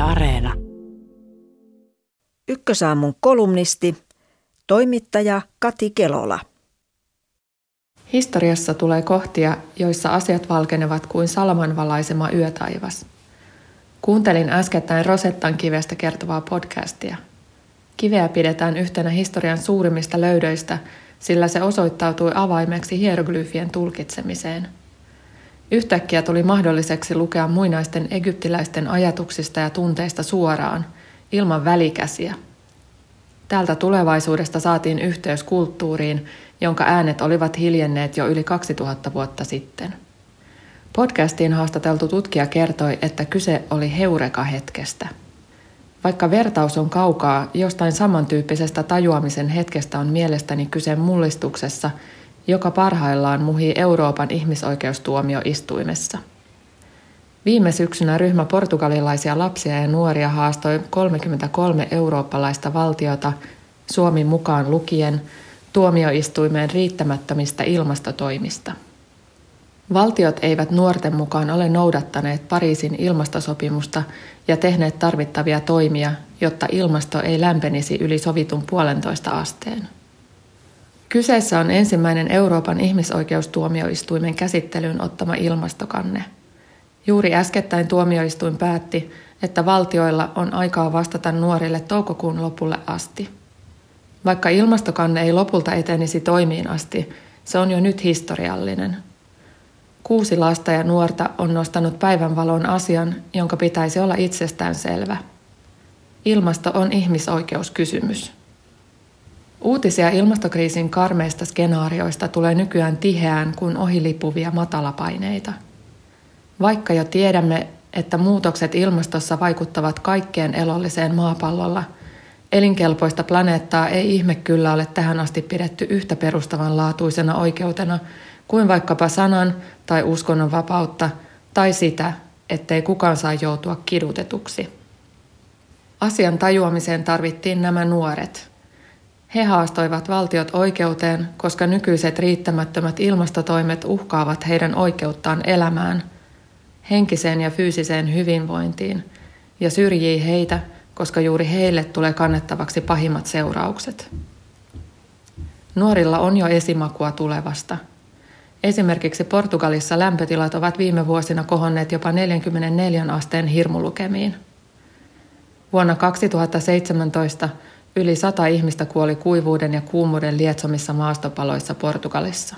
Areena. Ykkösaamun kolumnisti, toimittaja Kati Kelola. Historiassa tulee kohtia, joissa asiat valkenevat kuin salamanvalaisema yötaivas. Kuuntelin äskettäin Rosettan kivestä kertovaa podcastia. Kiveä pidetään yhtenä historian suurimmista löydöistä, sillä se osoittautui avaimeksi hieroglyfien tulkitsemiseen. Yhtäkkiä tuli mahdolliseksi lukea muinaisten egyptiläisten ajatuksista ja tunteista suoraan, ilman välikäsiä. Täältä tulevaisuudesta saatiin yhteys kulttuuriin, jonka äänet olivat hiljenneet jo yli 2000 vuotta sitten. Podcastiin haastateltu tutkija kertoi, että kyse oli heureka-hetkestä. Vaikka vertaus on kaukaa, jostain samantyyppisestä tajuamisen hetkestä on mielestäni kyse mullistuksessa, joka parhaillaan muhii Euroopan ihmisoikeustuomioistuimessa. Viime syksynä ryhmä portugalilaisia lapsia ja nuoria haastoi 33 eurooppalaista valtiota, Suomi mukaan lukien, tuomioistuimeen riittämättömistä ilmastotoimista. Valtiot eivät nuorten mukaan ole noudattaneet Pariisin ilmastosopimusta ja tehneet tarvittavia toimia, jotta ilmasto ei lämpenisi yli sovitun 1,5 asteen. Kyseessä on ensimmäinen Euroopan ihmisoikeustuomioistuimen käsittelyyn ottama ilmastokanne. Juuri äskettäin tuomioistuin päätti, että valtioilla on aikaa vastata nuorille toukokuun lopulle asti. Vaikka ilmastokanne ei lopulta etenisi toimiin asti, se on jo nyt historiallinen. 6 lasta ja nuorta on nostanut päivänvaloon asian, jonka pitäisi olla itsestäänselvä. Ilmasto on ihmisoikeuskysymys. Uutisia ilmastokriisin karmeista skenaarioista tulee nykyään tiheään kuin ohilipuvia matalapaineita. Vaikka jo tiedämme, että muutokset ilmastossa vaikuttavat kaikkeen elolliseen maapallolla, elinkelpoista planeettaa ei ihme kyllä ole tähän asti pidetty yhtä perustavanlaatuisena oikeutena kuin vaikkapa sanan tai uskonnon vapautta tai sitä, ettei kukaan saa joutua kidutetuksi. Asian tajuamiseen tarvittiin nämä nuoret. He haastoivat valtiot oikeuteen, koska nykyiset riittämättömät ilmastotoimet uhkaavat heidän oikeuttaan elämään, henkiseen ja fyysiseen hyvinvointiin, ja syrjii heitä, koska juuri heille tulee kannettavaksi pahimmat seuraukset. Nuorilla on jo esimakua tulevasta. Esimerkiksi Portugalissa lämpötilat ovat viime vuosina kohonneet jopa 44 asteen hirmulukemiin. Vuonna 2017 yli 100 ihmistä kuoli kuivuuden ja kuumuuden lietsomissa maastopaloissa Portugalissa.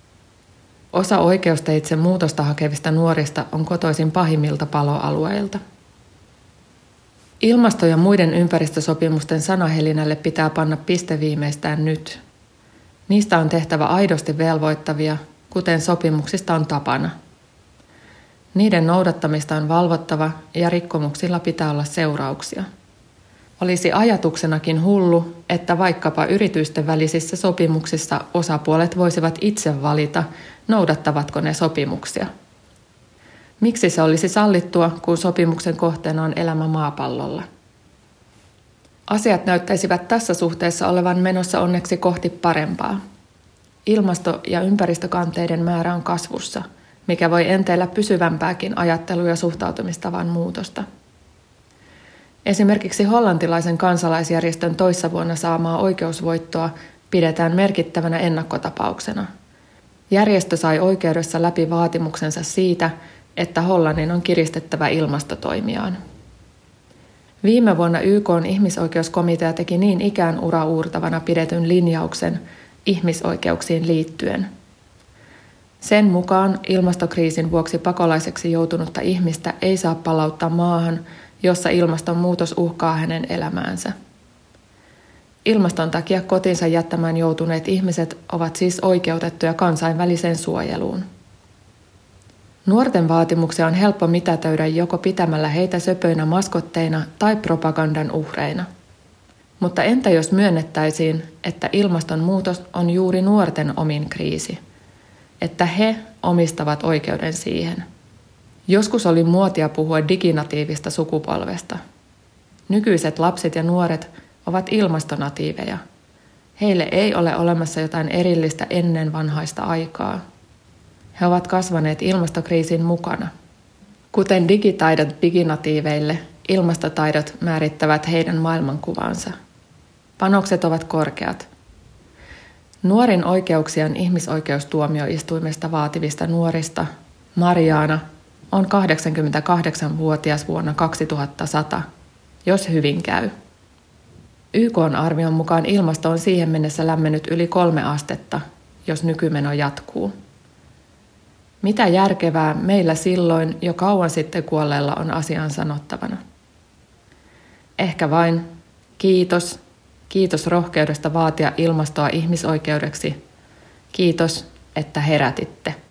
Osa oikeusteitse muutosta hakevista nuorista on kotoisin pahimmilta paloalueilta. Ilmasto- ja muiden ympäristösopimusten sanahelinälle pitää panna piste viimeistään nyt. Niistä on tehtävä aidosti velvoittavia, kuten sopimuksista on tapana. Niiden noudattamista on valvottava ja rikkomuksilla pitää olla seurauksia. Olisi ajatuksenakin hullu, että vaikkapa yritysten välisissä sopimuksissa osapuolet voisivat itse valita, noudattavatko ne sopimuksia. Miksi se olisi sallittua, kun sopimuksen kohteena on elämä maapallolla? Asiat näyttäisivät tässä suhteessa olevan menossa onneksi kohti parempaa. Ilmasto- ja ympäristökanteiden määrä on kasvussa, mikä voi enteellä pysyvämpääkin ajattelu- ja suhtautumistavan muutosta. Esimerkiksi hollantilaisen kansalaisjärjestön toissa vuonna saamaa oikeusvoittoa pidetään merkittävänä ennakkotapauksena. Järjestö sai oikeudessa läpi vaatimuksensa siitä, että Hollannin on kiristettävä ilmastotoimiaan. Viime vuonna YK:n ihmisoikeuskomitea teki niin ikään uraauurtavana pidetyn linjauksen ihmisoikeuksiin liittyen. Sen mukaan ilmastokriisin vuoksi pakolaiseksi joutunutta ihmistä ei saa palauttaa maahan, jossa ilmastonmuutos uhkaa hänen elämäänsä. Ilmaston takia kotinsa jättämään joutuneet ihmiset ovat siis oikeutettuja kansainväliseen suojeluun. Nuorten vaatimuksia on helppo mitätöidä joko pitämällä heitä söpöinä maskotteina tai propagandan uhreina. Mutta entä jos myönnettäisiin, että ilmastonmuutos on juuri nuorten omin kriisi? Että he omistavat oikeuden siihen? Joskus oli muotia puhua diginatiivista sukupolvesta. Nykyiset lapset ja nuoret ovat ilmastonatiiveja. Heille ei ole olemassa jotain erillistä ennen vanhaista aikaa. He ovat kasvaneet ilmastokriisin mukana. Kuten digitaidot diginatiiveille, ilmastotaidot määrittävät heidän maailmankuvansa. Panokset ovat korkeat. Nuorin oikeuksien ihmisoikeustuomioistuimesta vaativista nuorista Mariana on 88-vuotias vuonna 2100, jos hyvin käy. YK:n arvion mukaan ilmasto on siihen mennessä lämmennyt yli 3 astetta, jos nykymeno jatkuu. Mitä järkevää meillä silloin jo kauan sitten kuolleella on asiaan sanottavana? Ehkä vain kiitos rohkeudesta vaatia ilmastoa ihmisoikeudeksi. Kiitos, että herätitte.